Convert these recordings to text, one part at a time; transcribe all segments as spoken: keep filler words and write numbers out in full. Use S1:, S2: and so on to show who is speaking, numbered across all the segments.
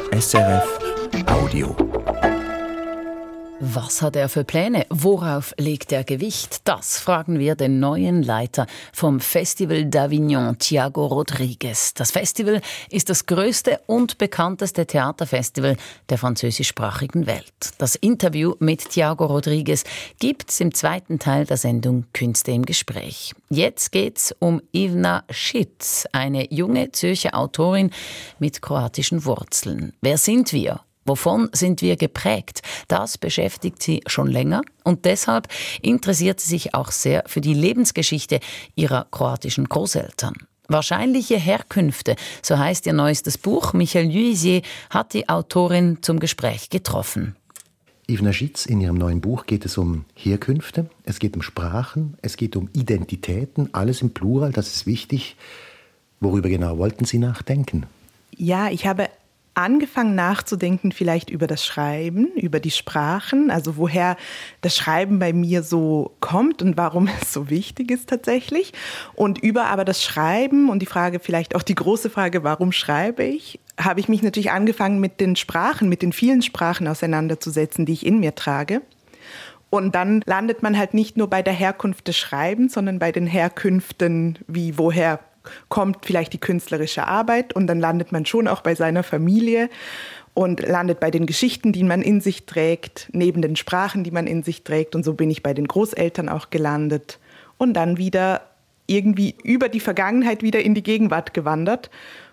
S1: S R F Audio.
S2: Was hat er für Pläne? Worauf legt er Gewicht? Das fragen wir den neuen Leiter vom Festival d'Avignon, Thiago Rodrigues. Das Festival ist das größte und bekannteste Theaterfestival der französischsprachigen Welt. Das Interview mit Thiago Rodrigues gibt's im zweiten Teil der Sendung Künste im Gespräch. Jetzt geht's um Ivna Schitz, eine junge Zürcher Autorin mit kroatischen Wurzeln. Wer sind wir? Wovon sind wir geprägt? Das beschäftigt sie schon länger und deshalb interessiert sie sich auch sehr für die Lebensgeschichte ihrer kroatischen Großeltern. Wahrscheinliche Herkünfte, so heißt ihr neuestes Buch. Michael Lhuisier hat die Autorin zum Gespräch getroffen.
S3: Ivna Schitz, in ihrem neuen Buch geht es um Herkünfte, es geht um Sprachen, es geht um Identitäten, alles im Plural, das ist wichtig. Worüber genau wollten Sie nachdenken?
S4: Ja, ich habe angefangen nachzudenken vielleicht über das Schreiben, über die Sprachen, also woher das Schreiben bei mir so kommt und warum es so wichtig ist tatsächlich. Und über aber das Schreiben und die Frage, vielleicht auch die große Frage, warum schreibe ich, habe ich mich natürlich angefangen mit den Sprachen, mit den vielen Sprachen auseinanderzusetzen, die ich in mir trage. Und dann landet man halt nicht nur bei der Herkunft des Schreibens, sondern bei den Herkünften, wie woher kommt vielleicht die künstlerische Arbeit, und dann landet man schon auch bei seiner Familie und landet bei den Geschichten, die man in sich trägt, neben den Sprachen, die man in sich trägt. Und so bin ich bei den Großeltern auch gelandet und dann wieder irgendwie über die Vergangenheit wieder in die Gegenwart gewandert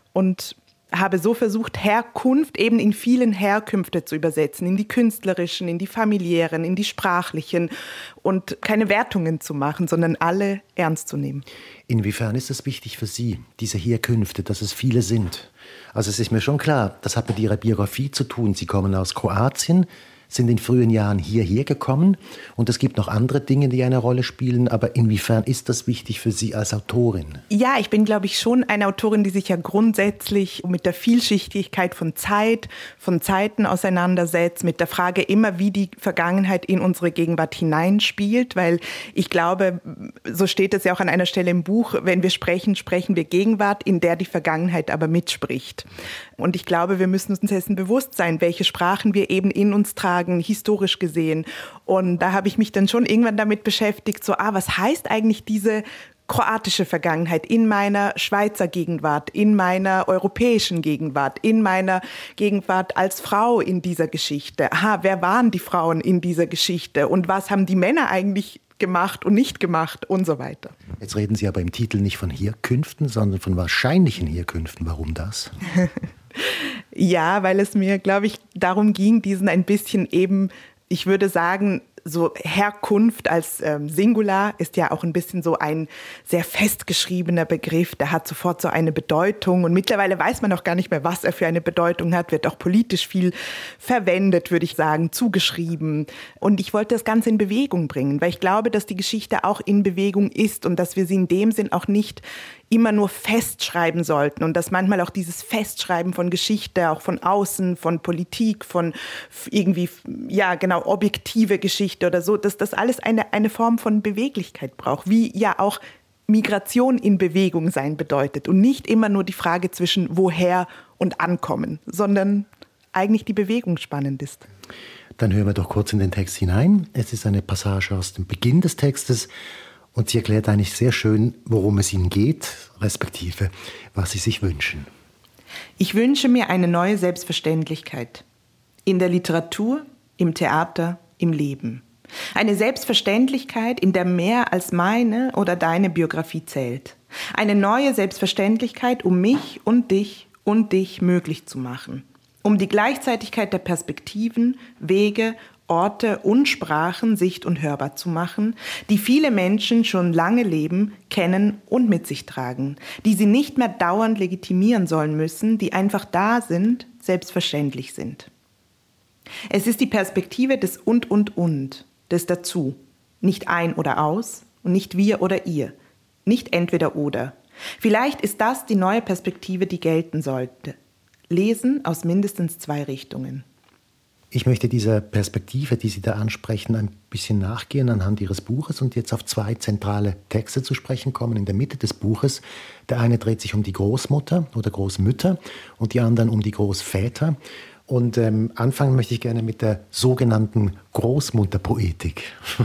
S4: und habe so versucht, Herkunft eben in vielen Herkünfte zu übersetzen, in die künstlerischen, in die familiären, in die sprachlichen und keine Wertungen zu machen, sondern alle ernst zu nehmen.
S3: Inwiefern ist es wichtig für Sie, diese Herkünfte, dass es viele sind? Also es ist mir schon klar, das hat mit Ihrer Biografie zu tun. Sie kommen aus Kroatien, sind in frühen Jahren hierher gekommen und es gibt noch andere Dinge, die eine Rolle spielen. Aber inwiefern ist das wichtig für Sie als Autorin?
S4: Ja, ich bin, glaube ich, schon eine Autorin, die sich ja grundsätzlich mit der Vielschichtigkeit von Zeit, von Zeiten auseinandersetzt, mit der Frage immer, wie die Vergangenheit in unsere Gegenwart hineinspielt. Weil ich glaube, so steht es ja auch an einer Stelle im Buch, wenn wir sprechen, sprechen wir Gegenwart, in der die Vergangenheit aber mitspricht. Und ich glaube, wir müssen uns dessen bewusst sein, welche Sprachen wir eben in uns tragen, historisch gesehen. Und da habe ich mich dann schon irgendwann damit beschäftigt, so, ah, was heißt eigentlich diese kroatische Vergangenheit in meiner Schweizer Gegenwart, in meiner europäischen Gegenwart, in meiner Gegenwart als Frau in dieser Geschichte? Aha, wer waren die Frauen in dieser Geschichte und was haben die Männer eigentlich gemacht und nicht gemacht und so weiter.
S3: Jetzt reden Sie aber im Titel nicht von Herkünften, sondern von wahrscheinlichen Herkünften. Warum das?
S4: Ja, weil es mir, glaube ich, darum ging, diesen ein bisschen eben, ich würde sagen, so Herkunft als ähm, Singular ist ja auch ein bisschen so ein sehr festgeschriebener Begriff. Der hat sofort so eine Bedeutung und mittlerweile weiß man auch gar nicht mehr, was er für eine Bedeutung hat. Wird auch politisch viel verwendet, würde ich sagen, zugeschrieben. Und ich wollte das Ganze in Bewegung bringen, weil ich glaube, dass die Geschichte auch in Bewegung ist und dass wir sie in dem Sinn auch nicht immer nur festschreiben sollten und dass manchmal auch dieses Festschreiben von Geschichte, auch von außen, von Politik, von irgendwie, ja genau, objektive Geschichte oder so, dass das alles eine, eine Form von Beweglichkeit braucht, wie ja auch Migration in Bewegung sein bedeutet und nicht immer nur die Frage zwischen woher und ankommen, sondern eigentlich die Bewegung spannend ist.
S3: Dann hören wir doch kurz in den Text hinein. Es ist eine Passage aus dem Beginn des Textes. Und sie erklärt eigentlich sehr schön, worum es ihnen geht, respektive was sie sich wünschen.
S4: Ich wünsche mir eine neue Selbstverständlichkeit. In der Literatur, im Theater, im Leben. Eine Selbstverständlichkeit, in der mehr als meine oder deine Biografie zählt. Eine neue Selbstverständlichkeit, um mich und dich und dich möglich zu machen. Um die Gleichzeitigkeit der Perspektiven, Wege, Orte und Sprachen sicht- und hörbar zu machen, die viele Menschen schon lange leben, kennen und mit sich tragen, die sie nicht mehr dauernd legitimieren sollen müssen, die einfach da sind, selbstverständlich sind. Es ist die Perspektive des Und und und, des Dazu, nicht ein oder aus und nicht wir oder ihr, nicht entweder oder. Vielleicht ist das die neue Perspektive, die gelten sollte. Lesen aus mindestens zwei Richtungen.
S3: Ich möchte dieser Perspektive, die Sie da ansprechen, ein bisschen nachgehen anhand Ihres Buches und jetzt auf zwei zentrale Texte zu sprechen kommen in der Mitte des Buches. Der eine dreht sich um die Großmutter oder Großmütter und die anderen um die Großväter. Und ähm, anfangen möchte ich gerne mit der sogenannten Großmutterpoetik.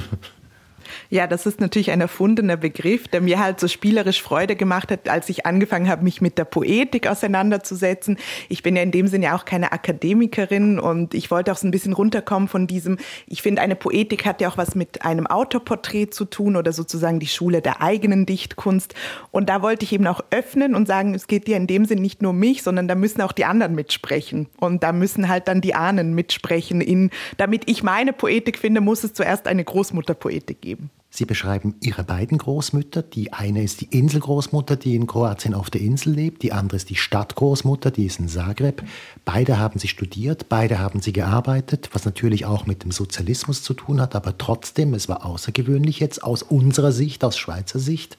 S4: Ja, das ist natürlich ein erfundener Begriff, der mir halt so spielerisch Freude gemacht hat, als ich angefangen habe, mich mit der Poetik auseinanderzusetzen. Ich bin ja in dem Sinne auch keine Akademikerin und ich wollte auch so ein bisschen runterkommen von diesem, ich finde, eine Poetik hat ja auch was mit einem Autorporträt zu tun oder sozusagen die Schule der eigenen Dichtkunst. Und da wollte ich eben auch öffnen und sagen, es geht ja in dem Sinne nicht nur um mich, sondern da müssen auch die anderen mitsprechen. Und da müssen halt dann die Ahnen mitsprechen. In, damit ich meine Poetik finde, muss es zuerst eine Großmutterpoetik geben.
S3: Sie beschreiben Ihre beiden Großmütter. Die eine ist die Inselgroßmutter, die in Kroatien auf der Insel lebt. Die andere ist die Stadtgroßmutter, die ist in Zagreb. Beide haben sie studiert, beide haben sie gearbeitet, was natürlich auch mit dem Sozialismus zu tun hat. Aber trotzdem, es war außergewöhnlich jetzt aus unserer Sicht, aus Schweizer Sicht.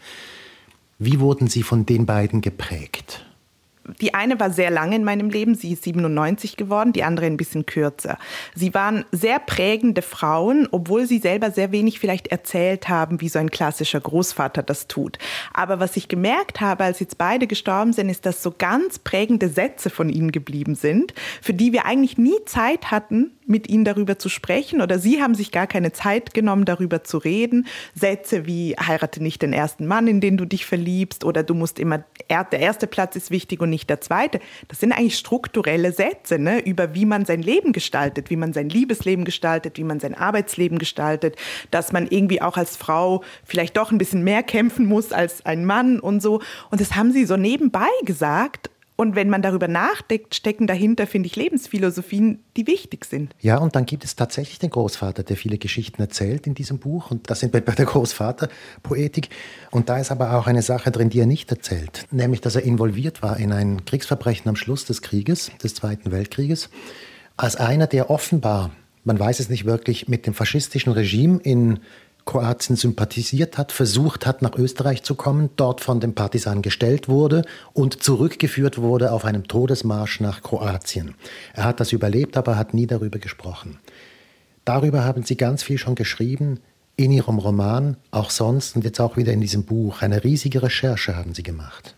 S3: Wie wurden Sie von den beiden geprägt?
S4: Die eine war sehr lange in meinem Leben, sie ist siebenundneunzig geworden, die andere ein bisschen kürzer. Sie waren sehr prägende Frauen, obwohl sie selber sehr wenig vielleicht erzählt haben, wie so ein klassischer Großvater das tut. Aber was ich gemerkt habe, als jetzt beide gestorben sind, ist, dass so ganz prägende Sätze von ihnen geblieben sind, für die wir eigentlich nie Zeit hatten, mit ihnen darüber zu sprechen, oder sie haben sich gar keine Zeit genommen, darüber zu reden. Sätze wie, heirate nicht den ersten Mann, in den du dich verliebst, oder du musst immer, der erste Platz ist wichtig und nicht der zweite. Das sind eigentlich strukturelle Sätze, ne, über wie man sein Leben gestaltet, wie man sein Liebesleben gestaltet, wie man sein Arbeitsleben gestaltet, dass man irgendwie auch als Frau vielleicht doch ein bisschen mehr kämpfen muss als ein Mann und so. Und das haben sie so nebenbei gesagt. Und wenn man darüber nachdenkt, stecken dahinter, finde ich, Lebensphilosophien, die wichtig sind.
S3: Ja, und dann gibt es tatsächlich den Großvater, der viele Geschichten erzählt in diesem Buch. Und das sind wir bei der Großvaterpoetik. Und da ist aber auch eine Sache drin, die er nicht erzählt. Nämlich, dass er involviert war in ein Kriegsverbrechen am Schluss des Krieges, des Zweiten Weltkrieges. Als einer, der offenbar, man weiß es nicht wirklich, mit dem faschistischen Regime in Kroatien sympathisiert hat, versucht hat, nach Österreich zu kommen, dort von den Partisanen gestellt wurde und zurückgeführt wurde auf einem Todesmarsch nach Kroatien. Er hat das überlebt, aber hat nie darüber gesprochen. Darüber haben Sie ganz viel schon geschrieben, in Ihrem Roman, auch sonst und jetzt auch wieder in diesem Buch. Eine riesige Recherche haben Sie gemacht.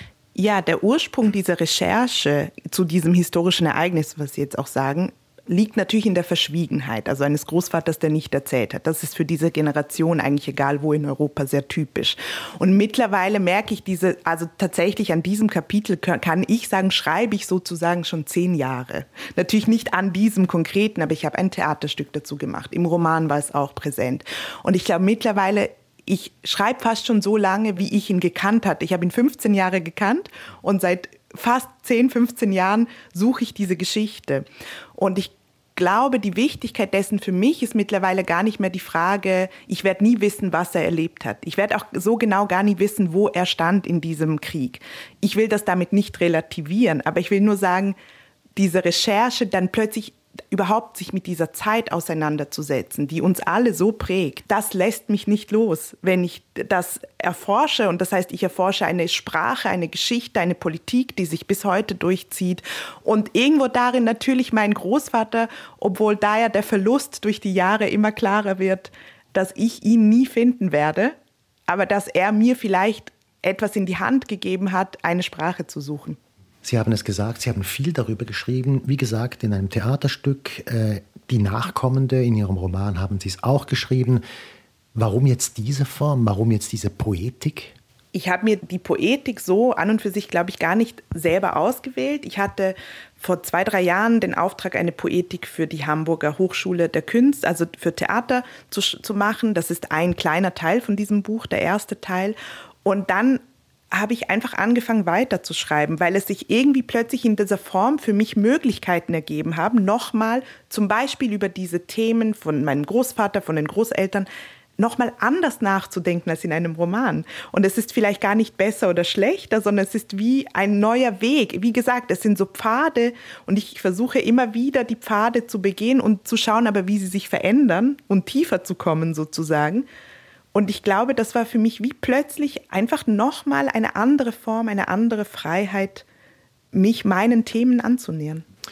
S4: Ja, der Ursprung dieser Recherche zu diesem historischen Ereignis, was Sie jetzt auch sagen, liegt natürlich in der Verschwiegenheit, also eines Großvaters, der nicht erzählt hat. Das ist für diese Generation eigentlich egal wo in Europa sehr typisch. Und mittlerweile merke ich diese, also tatsächlich an diesem Kapitel kann ich sagen, schreibe ich sozusagen schon zehn Jahre. Natürlich nicht an diesem konkreten, aber ich habe ein Theaterstück dazu gemacht. Im Roman war es auch präsent. Und ich glaube mittlerweile, ich schreibe fast schon so lange, wie ich ihn gekannt hatte. Ich habe ihn fünfzehn Jahre gekannt und seit fast zehn, fünfzehn Jahren suche ich diese Geschichte. Und ich Ich glaube, die Wichtigkeit dessen für mich ist mittlerweile gar nicht mehr die Frage, ich werde nie wissen, was er erlebt hat. Ich werde auch so genau gar nie wissen, wo er stand in diesem Krieg. Ich will das damit nicht relativieren, aber ich will nur sagen, diese Recherche dann plötzlich überhaupt sich mit dieser Zeit auseinanderzusetzen, die uns alle so prägt, das lässt mich nicht los, wenn ich das erforsche. Und das heißt, ich erforsche eine Sprache, eine Geschichte, eine Politik, die sich bis heute durchzieht. Und irgendwo darin natürlich mein Großvater, obwohl da ja der Verlust durch die Jahre immer klarer wird, dass ich ihn nie finden werde, aber dass er mir vielleicht etwas in die Hand gegeben hat, eine Sprache zu suchen.
S3: Sie haben es gesagt, Sie haben viel darüber geschrieben. Wie gesagt, in einem Theaterstück, äh, Die Nachkommende, in Ihrem Roman haben Sie es auch geschrieben. Warum jetzt diese Form? Warum jetzt diese Poetik?
S4: Ich habe mir die Poetik so an und für sich, glaube ich, gar nicht selber ausgewählt. Ich hatte vor zwei, drei Jahren den Auftrag, eine Poetik für die Hamburger Hochschule der Künste, also für Theater zu, zu machen. Das ist ein kleiner Teil von diesem Buch, der erste Teil. Und dann habe ich einfach angefangen weiterzuschreiben, weil es sich irgendwie plötzlich in dieser Form für mich Möglichkeiten ergeben haben, nochmal zum Beispiel über diese Themen von meinem Großvater, von den Großeltern, nochmal anders nachzudenken als in einem Roman. Und es ist vielleicht gar nicht besser oder schlechter, sondern es ist wie ein neuer Weg. Wie gesagt, es sind so Pfade und ich versuche immer wieder die Pfade zu begehen und zu schauen, aber wie sie sich verändern und tiefer zu kommen sozusagen. Und ich glaube, das war für mich wie plötzlich einfach nochmal eine andere Form, eine andere Freiheit, mich meinen Themen anzunähern.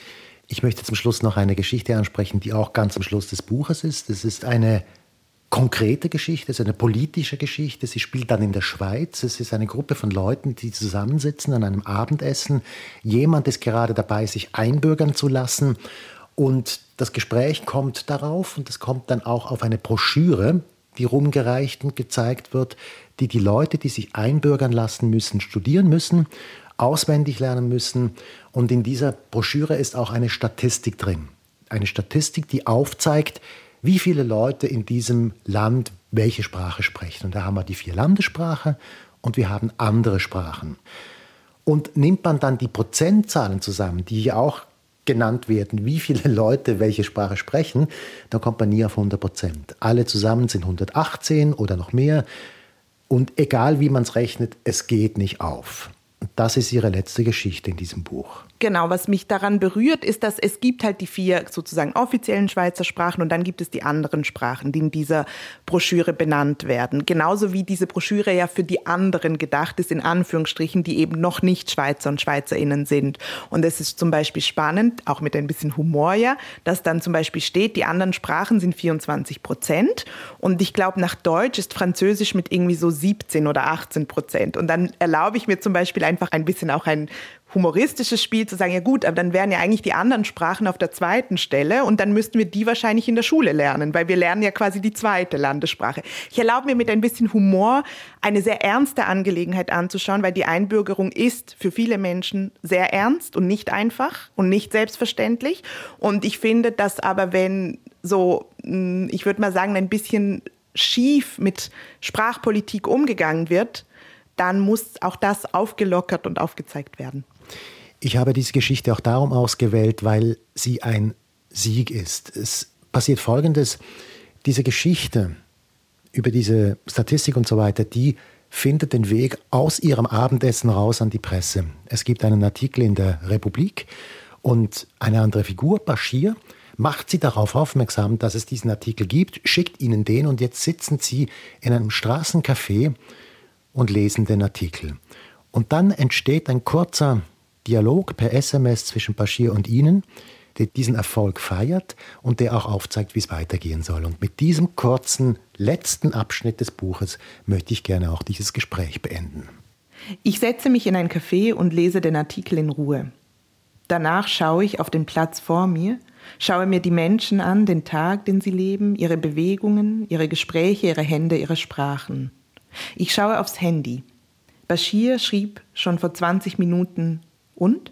S3: Ich möchte zum Schluss noch eine Geschichte ansprechen, die auch ganz am Schluss des Buches ist. Es ist eine konkrete Geschichte, es ist eine politische Geschichte. Sie spielt dann in der Schweiz. Es ist eine Gruppe von Leuten, die zusammensitzen an einem Abendessen. Jemand ist gerade dabei, sich einbürgern zu lassen. Und das Gespräch kommt darauf und es kommt dann auch auf eine Broschüre, die rumgereicht und gezeigt wird, die die Leute, die sich einbürgern lassen müssen, studieren müssen, auswendig lernen müssen. Und in dieser Broschüre ist auch eine Statistik drin. Eine Statistik, die aufzeigt, wie viele Leute in diesem Land welche Sprache sprechen. Und da haben wir die vier Landessprachen und wir haben andere Sprachen. Und nimmt man dann die Prozentzahlen zusammen, die hier auch genannt werden, wie viele Leute welche Sprache sprechen, dann kommt man nie auf hundert Prozent. Alle zusammen sind hundertachtzehn oder noch mehr. Und egal wie man es rechnet, es geht nicht auf. Und das ist ihre letzte Geschichte in diesem Buch.
S4: Genau, was mich daran berührt, ist, dass es gibt halt die vier sozusagen offiziellen Schweizer Sprachen und dann gibt es die anderen Sprachen, die in dieser Broschüre benannt werden. Genauso wie diese Broschüre ja für die anderen gedacht ist, in Anführungsstrichen, die eben noch nicht Schweizer und SchweizerInnen sind. Und es ist zum Beispiel spannend, auch mit ein bisschen Humor ja, dass dann zum Beispiel steht, die anderen Sprachen sind vierundzwanzig Prozent und ich glaube, nach Deutsch ist Französisch mit irgendwie so siebzehn oder achtzehn Prozent. Und dann erlaube ich mir zum Beispiel einfach ein bisschen auch ein humoristisches Spiel zu sagen, ja gut, aber dann wären ja eigentlich die anderen Sprachen auf der zweiten Stelle und dann müssten wir die wahrscheinlich in der Schule lernen, weil wir lernen ja quasi die zweite Landessprache. Ich erlaube mir mit ein bisschen Humor eine sehr ernste Angelegenheit anzuschauen, weil die Einbürgerung ist für viele Menschen sehr ernst und nicht einfach und nicht selbstverständlich. Und ich finde, dass aber wenn so, ich würde mal sagen, ein bisschen schief mit Sprachpolitik umgegangen wird, dann muss auch das aufgelockert und aufgezeigt werden.
S3: Ich habe diese Geschichte auch darum ausgewählt, weil sie ein Sieg ist. Es passiert Folgendes: Diese Geschichte über diese Statistik und so weiter, die findet den Weg aus ihrem Abendessen raus an die Presse. Es gibt einen Artikel in der Republik und eine andere Figur, Bashir, macht sie darauf aufmerksam, dass es diesen Artikel gibt, schickt ihnen den und jetzt sitzen sie in einem Straßencafé und lesen den Artikel. Und dann entsteht ein kurzer Dialog per S M S zwischen Bashir und ihnen, der diesen Erfolg feiert und der auch aufzeigt, wie es weitergehen soll. Und mit diesem kurzen letzten Abschnitt des Buches möchte ich gerne auch dieses Gespräch beenden.
S4: Ich setze mich in ein Café und lese den Artikel in Ruhe. Danach schaue ich auf den Platz vor mir, schaue mir die Menschen an, den Tag, den sie leben, ihre Bewegungen, ihre Gespräche, ihre Hände, ihre Sprachen. Ich schaue aufs Handy. Bashir schrieb schon vor zwanzig Minuten und?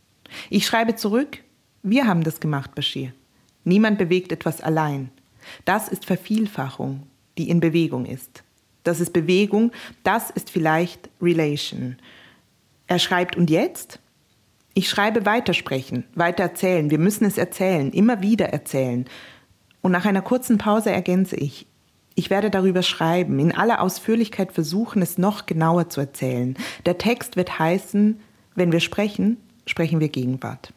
S4: Ich schreibe zurück, wir haben das gemacht, Bashir. Niemand bewegt etwas allein. Das ist Vervielfachung, die in Bewegung ist. Das ist Bewegung, das ist vielleicht Relation. Er schreibt, und jetzt? Ich schreibe weitersprechen, weiter erzählen. Wir müssen es erzählen, immer wieder erzählen. Und nach einer kurzen Pause ergänze ich, ich werde darüber schreiben, in aller Ausführlichkeit versuchen, es noch genauer zu erzählen. Der Text wird heißen, wenn wir sprechen, sprechen wir Gegenwart.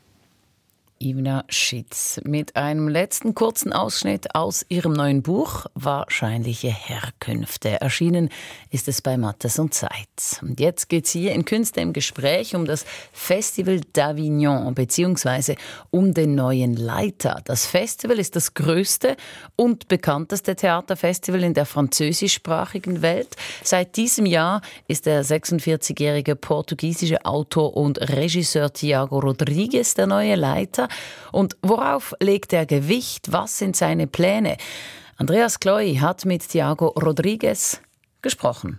S2: Ivna Schitz mit einem letzten kurzen Ausschnitt aus ihrem neuen Buch Wahrscheinliche Herkünfte. Erschienen ist es bei Mattes und Zeit. Und jetzt geht es hier in Künste im Gespräch um das Festival d'Avignon bzw. um den neuen Leiter. Das Festival ist das größte und bekannteste Theaterfestival in der französischsprachigen Welt. Seit diesem Jahr ist der sechsundvierzigjährige portugiesische Autor und Regisseur Tiago Rodrigues der neue Leiter. Und worauf legt er Gewicht? Was sind seine Pläne? Andreas Kloy hat mit Tiago Rodrigues gesprochen.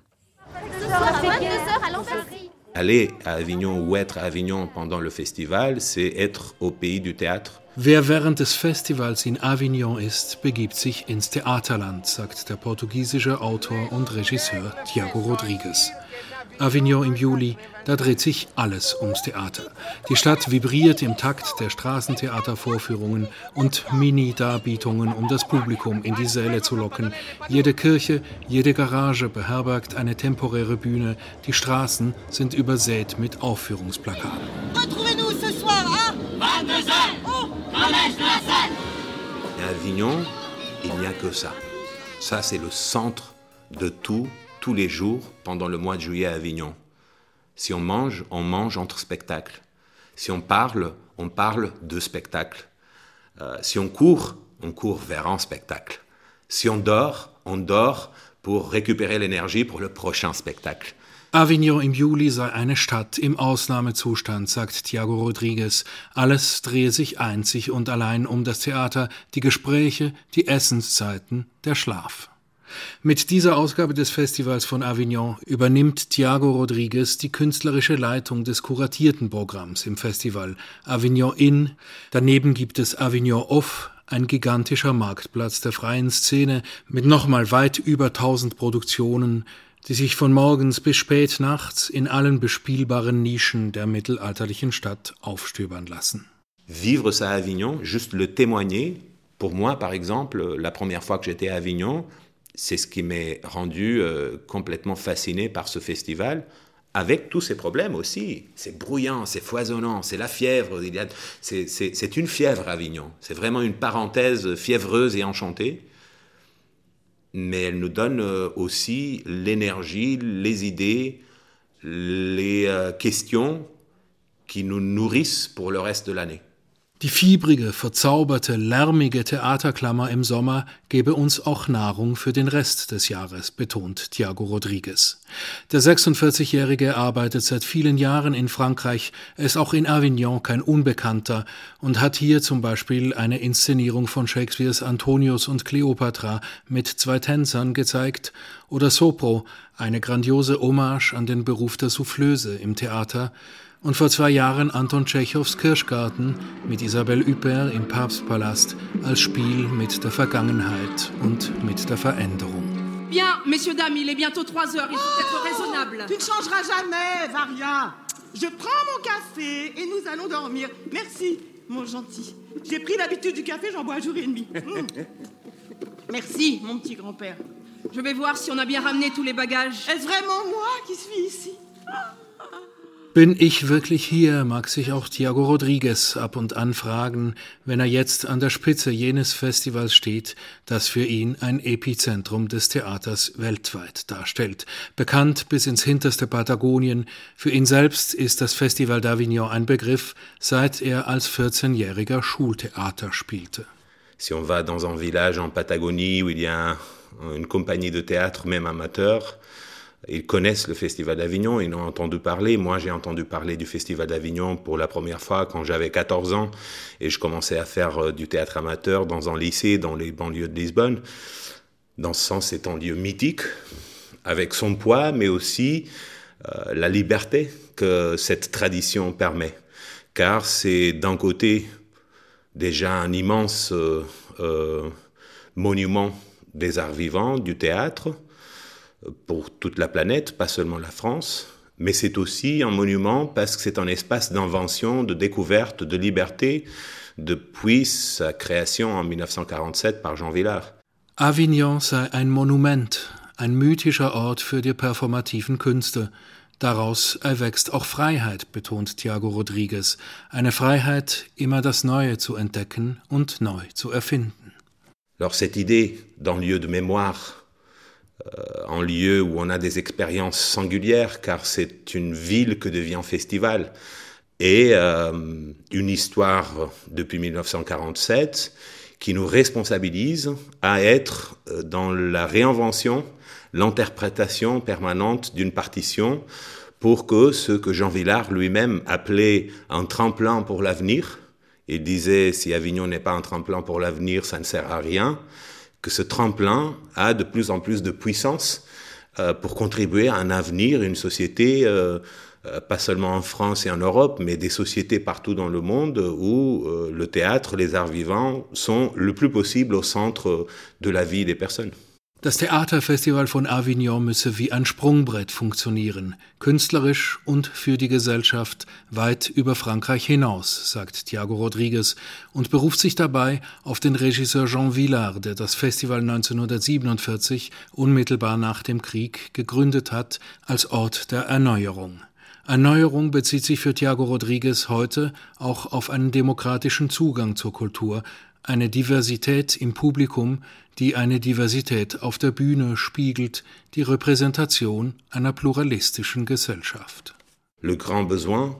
S5: Aller à Avignon ou être à Avignon pendant le festival, c'est être au pays du théâtre.
S6: Wer während des Festivals in Avignon ist, begibt sich ins Theaterland, sagt der portugiesische Autor und Regisseur Tiago Rodrigues. Avignon im Juli, da dreht sich alles ums Theater. Die Stadt vibriert im Takt der Straßentheatervorführungen und Mini-Darbietungen, um das Publikum in die Säle zu locken. Jede Kirche, jede Garage beherbergt eine temporäre Bühne. Die Straßen sind übersät mit Aufführungsplakaten.
S5: Retrouvez-nous ce soir à vingt-deux heures au Collège de la Seine. À Avignon, il n'y a que ça. Ça, c'est le centre de tout. Tous les jours pendant le mois de juillet à Avignon. Si on mange, on mange entre spectacles. Si on parle, on parle de spectacle. Euh, si on court, on court vers un spectacle. Si on dort, on dort pour récupérer l'énergie pour le prochain spectacle.
S6: Avignon im Juli sei eine Stadt im Ausnahmezustand, sagt Thiago Rodrigues. Alles drehe sich einzig und allein um das Theater, die Gespräche, die Essenszeiten, der Schlaf. Mit dieser Ausgabe des Festivals von Avignon übernimmt Thiago Rodrigues die künstlerische Leitung des kuratierten Programms im Festival Avignon In. Daneben gibt es Avignon Off, ein gigantischer Marktplatz der freien Szene mit nochmal weit über tausend Produktionen, die sich von morgens bis spät nachts in allen bespielbaren Nischen der mittelalterlichen Stadt aufstöbern lassen.
S5: Vivre ça à Avignon, juste le témoigner, pour moi par exemple, la première fois que j'étais à Avignon, c'est ce qui m'est rendu euh, complètement fasciné par ce festival, avec tous ses problèmes aussi. C'est bruyant, c'est foisonnant, c'est la fièvre. Il y a, c'est, c'est, c'est une fièvre à Avignon. C'est vraiment une parenthèse fiévreuse et enchantée. Mais elle nous donne euh, aussi l'énergie, les idées, les euh, questions qui nous nourrissent pour le reste de l'année.
S6: Die fiebrige, verzauberte, lärmige Theaterklammer im Sommer gebe uns auch Nahrung für den Rest des Jahres, betont Thiago Rodrigues. Der sechsundvierzigjährige arbeitet seit vielen Jahren in Frankreich, ist auch in Avignon kein Unbekannter und hat hier zum Beispiel eine Inszenierung von Shakespeares Antonius und Kleopatra mit zwei Tänzern gezeigt oder Sopro, eine grandiose Hommage an den Beruf der Soufflöse im Theater, und vor zwei Jahren Anton Tschechows Kirschgarten mit Isabelle Huppert im Papstpalast als Spiel mit der Vergangenheit und mit der Veränderung.
S7: Bien, messieurs, dames, il est bientôt trois heures, il faut être raisonnable.
S8: Tu ne changeras jamais, Varia. Je prends mon café et nous allons dormir. Merci, mon gentil. J'ai pris l'habitude du café, j'en bois un jour et demi. Mmh. Merci, mon petit grand-père.
S7: Je vais voir si on a bien ramené tous les bagages.
S8: Est-ce vraiment moi qui suis ici?
S6: Bin ich wirklich hier, mag sich auch Thiago Rodrigues ab und an fragen, wenn er jetzt an der Spitze jenes Festivals steht, das für ihn ein Epizentrum des Theaters weltweit darstellt. Bekannt bis ins hinterste Patagonien, für ihn selbst ist das Festival d'Avignon ein Begriff, seit er als vierzehnjähriger Schultheater spielte.
S5: Si on va dans un village en Patagonie où il y a une compagnie de théâtre, même amateur, ils connaissent le Festival d'Avignon, ils en ont entendu parler. Moi, j'ai entendu parler du Festival d'Avignon pour la première fois quand j'avais quatorze ans et je commençais à faire du théâtre amateur dans un lycée dans les banlieues de Lisbonne. Dans ce sens, c'est un lieu mythique, avec son poids, mais aussi euh, la liberté que cette tradition permet. Car c'est d'un côté déjà un immense euh, euh, monument des arts vivants, du théâtre, pour toute la planète, pas seulement la France, mais c'est aussi un monument parce que c'est un espace d'invention, de découverte, de liberté depuis sa création en dix-neuf cent quarante-sept par Jean Vilar.
S6: Avignon sei ein Monument, ein mythischer Ort für die performativen Künste. Daraus erwächst auch Freiheit, betont Thiago Rodrigues. Eine Freiheit, immer das Neue zu entdecken und neu zu erfinden.
S5: Alors cette idée d'un lieu de mémoire, un lieu où on a des expériences singulières, car c'est une ville que devient festival, et euh, une histoire depuis dix-neuf cent quarante-sept qui nous responsabilise à être dans la réinvention, l'interprétation permanente d'une partition pour que ce que Jean Vilar lui-même appelait un tremplin pour l'avenir, il disait si Avignon n'est pas un tremplin pour l'avenir, ça ne sert à rien, que ce tremplin a de plus en plus de puissance euh, pour contribuer à un avenir, une société, euh, euh, pas seulement en France et en Europe, mais des sociétés partout dans le monde où euh, le théâtre, les arts vivants sont le plus possible au centre de la vie des personnes.
S6: Das Theaterfestival von Avignon müsse wie ein Sprungbrett funktionieren, künstlerisch und für die Gesellschaft weit über Frankreich hinaus, sagt Thiago Rodrigues und beruft sich dabei auf den Regisseur Jean Vilar, der das Festival neunzehnhundertsiebenundvierzig, unmittelbar nach dem Krieg, gegründet hat als Ort der Erneuerung. Erneuerung bezieht sich für Thiago Rodrigues heute auch auf einen demokratischen Zugang zur Kultur, eine Diversität im Publikum, die eine Diversität auf der Bühne spiegelt, die Repräsentation einer pluralistischen Gesellschaft.
S5: Le grand besoin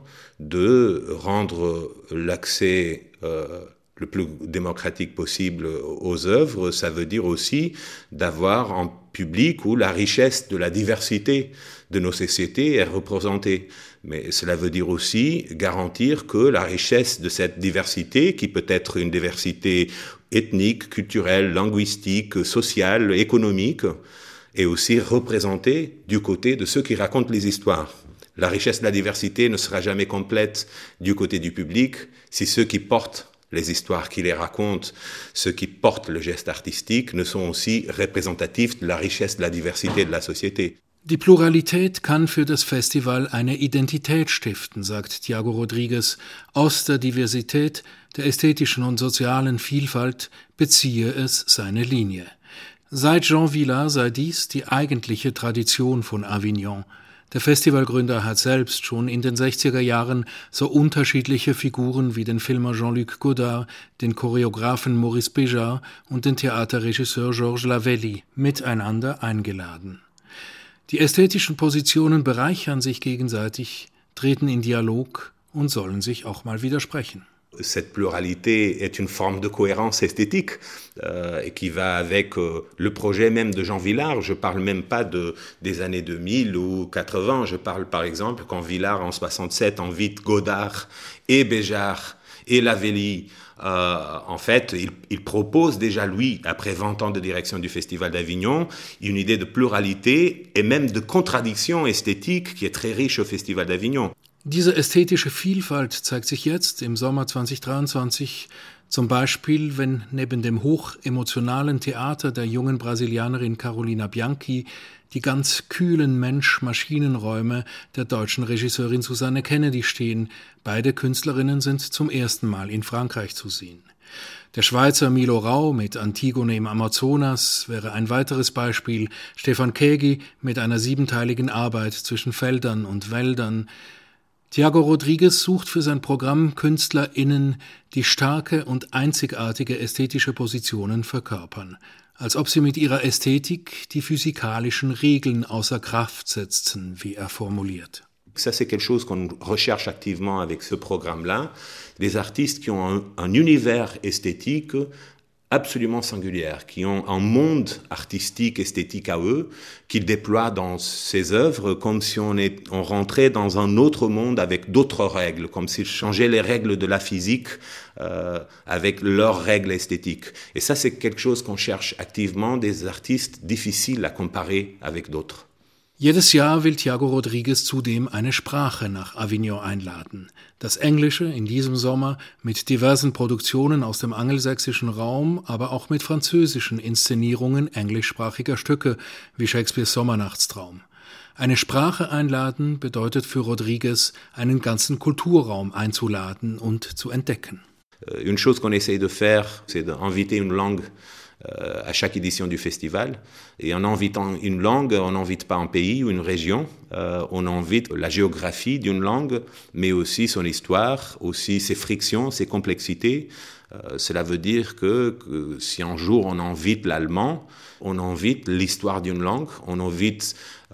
S5: de rendre l'accès euh, le plus démocratique possible aux œuvres, ça veut dire aussi d'avoir un public où la richesse de la diversité de nos sociétés est représentée. Mais cela veut dire aussi garantir que la richesse de cette diversité, qui peut être une diversité ethnique, culturelle, linguistique, sociale, économique, est aussi représentée du côté de ceux qui racontent les histoires. La richesse de la diversité ne sera jamais complète du côté du public si ceux qui portent les histoires qui les racontent, ceux qui portent le geste artistique, ne sont aussi représentatifs de la richesse de la diversité de la Société.
S6: Die Pluralität kann für das Festival eine Identität stiften, sagt Thiago Rodrigues. Aus der Diversität, der ästhetischen und sozialen Vielfalt beziehe es seine Linie. Seit Jean Vilar sei dies die eigentliche Tradition von Avignon. Der Festivalgründer hat selbst schon in den sechziger Jahren so unterschiedliche Figuren wie den Filmer Jean-Luc Godard, den Choreografen Maurice Béjart und den Theaterregisseur Georges Lavelli miteinander eingeladen. Die ästhetischen Positionen bereichern sich gegenseitig, treten in Dialog und sollen sich auch mal widersprechen.
S5: Cette pluralité est une forme de cohérence esthétique euh, et qui va avec euh, le projet même de Jean Vilar. Je ne parle même pas de, des années deux mille ou quatre-vingts. Je parle par exemple quand Vilar en soixante-sept invite Godard et Béjart et Lavelli. Euh, en fait, il, il propose déjà, lui, après vingt ans de direction du Festival d'Avignon, une idée de pluralité et même de contradiction esthétique qui est très riche au Festival d'Avignon.
S6: Diese ästhetische Vielfalt zeigt sich jetzt im Sommer zwanzig dreiundzwanzig zum Beispiel, wenn neben dem hochemotionalen Theater der jungen Brasilianerin Carolina Bianchi die ganz kühlen Mensch-Maschinen-Räume der deutschen Regisseurin Susanne Kennedy stehen. Beide Künstlerinnen sind zum ersten Mal in Frankreich zu sehen. Der Schweizer Milo Rau mit Antigone im Amazonas wäre ein weiteres Beispiel. Stefan Kägi mit einer siebenteiligen Arbeit zwischen Feldern und Wäldern. Thiago Rodrigues sucht für sein Programm KünstlerInnen, die starke und einzigartige ästhetische Positionen verkörpern, als ob sie mit ihrer Ästhetik die physikalischen Regeln außer Kraft setzten, wie er formuliert.
S5: Ça, c'est quelque chose qu'on recherche activement avec ce programme-là. Des artistes qui ont un, un univers esthétique absolument singulière, qui ont un monde artistique, esthétique à eux, qu'ils déploient dans ces œuvres comme si on, est, on rentrait dans un autre monde avec d'autres règles, comme s'ils changeaient les règles de la physique euh, avec leurs règles esthétiques. Et ça, c'est quelque chose qu'on cherche activement, des artistes difficiles à comparer avec d'autres.
S6: Jedes Jahr will Thiago Rodrigues zudem eine Sprache nach Avignon einladen. Das Englische in diesem Sommer mit diversen Produktionen aus dem angelsächsischen Raum, aber auch mit französischen Inszenierungen englischsprachiger Stücke wie Shakespeares Sommernachtstraum. Eine Sprache einladen bedeutet für Rodrigues, einen ganzen Kulturraum einzuladen und zu entdecken.
S5: Une chose qu'on essaye de faire, c'est d'inviter une langue Euh, à chaque édition du festival. Et en invitant une langue, on n'invite pas un pays ou une région, euh, on invite la géographie d'une langue, mais aussi son histoire, aussi ses frictions, ses complexités. Euh, cela veut dire que, que si un jour on invite l'allemand, on invite l'histoire d'une langue, on invite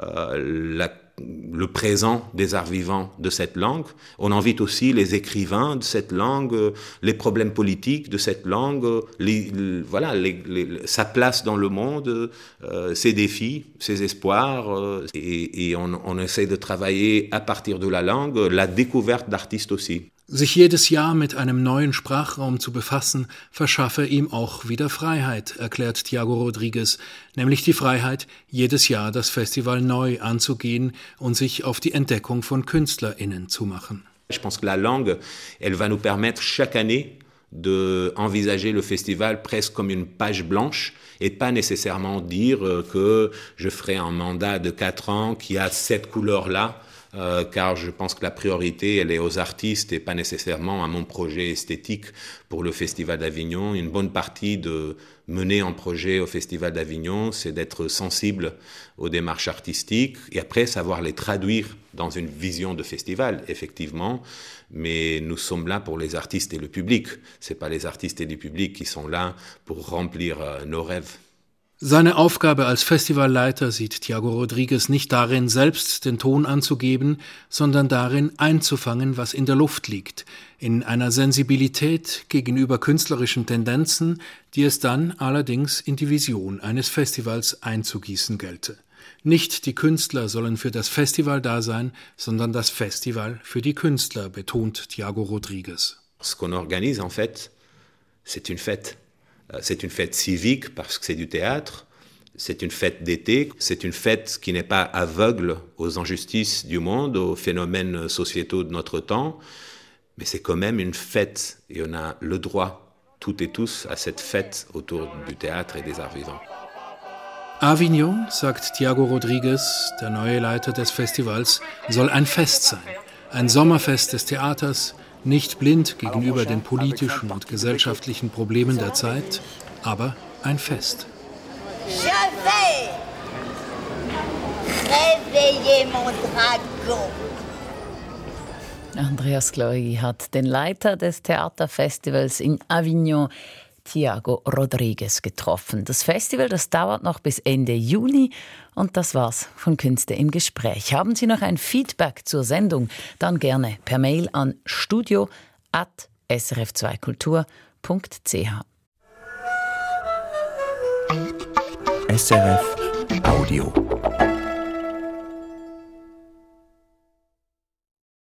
S5: euh, la le présent des arts vivants de cette langue. On invite aussi les écrivains de cette langue, les problèmes politiques de cette langue, les, les, voilà, les, les, sa place dans le monde, euh, ses défis, ses espoirs. Euh, et et on, on essaie de travailler à partir de la langue, la découverte d'artistes aussi.
S6: Sich jedes Jahr mit einem neuen Sprachraum zu befassen, verschaffe ihm auch wieder Freiheit, erklärt Thiago Rodrigues, nämlich die Freiheit, jedes Jahr das Festival neu anzugehen und sich auf die Entdeckung von KünstlerInnen zu machen.
S5: Je pense que la langue, elle va nous permettre chaque année d'envisager le festival presque comme une page blanche et pas nécessairement dire que je ferai un mandat de quatre ans qui a cette couleur-là. Euh, car je pense que la priorité, elle est aux artistes et pas nécessairement à mon projet esthétique pour le Festival d'Avignon. Une bonne partie de mener un projet au Festival d'Avignon, c'est d'être sensible aux démarches artistiques et après savoir les traduire dans une vision de festival, effectivement. Mais nous sommes là pour les artistes et le public. C'est pas les artistes et le public qui sont là pour remplir euh, nos rêves.
S6: Seine Aufgabe als Festivalleiter sieht Thiago Rodrigues nicht darin, selbst den Ton anzugeben, sondern darin, einzufangen, was in der Luft liegt, in einer Sensibilität gegenüber künstlerischen Tendenzen, die es dann allerdings in die Vision eines Festivals einzugießen gelte. Nicht die Künstler sollen für das Festival da sein, sondern das Festival für die Künstler, betont Thiago Rodrigues.
S5: Ce qu'on organise en fait, c'est une fête. C'est une fête civique parce que c'est du théâtre, c'est une fête d'été, c'est une fête qui n'est pas aveugle aux injustices du monde, aux phénomènes sociétaux de notre temps, mais c'est quand même une fête et on a le droit, toutes et tous, à cette fête autour du théâtre et des arts vivants.
S6: Avignon, sagt Thiago Rodrigues, der neue Leiter des Festivals, soll ein Fest sein, ein Sommerfest des Theaters, nicht blind gegenüber den politischen und gesellschaftlichen Problemen der Zeit, aber ein Fest.
S9: Je vais réveiller mon dragon.
S2: Andreas Glory hat den Leiter des Theaterfestivals in Avignon, Thiago Rodrigues, getroffen. Das Festival, das dauert noch bis Ende Juni und das war's von Künste im Gespräch. Haben Sie noch ein Feedback zur Sendung? Dann gerne per Mail an studio at s r f zwei kultur punkt c h.
S1: S R F Audio.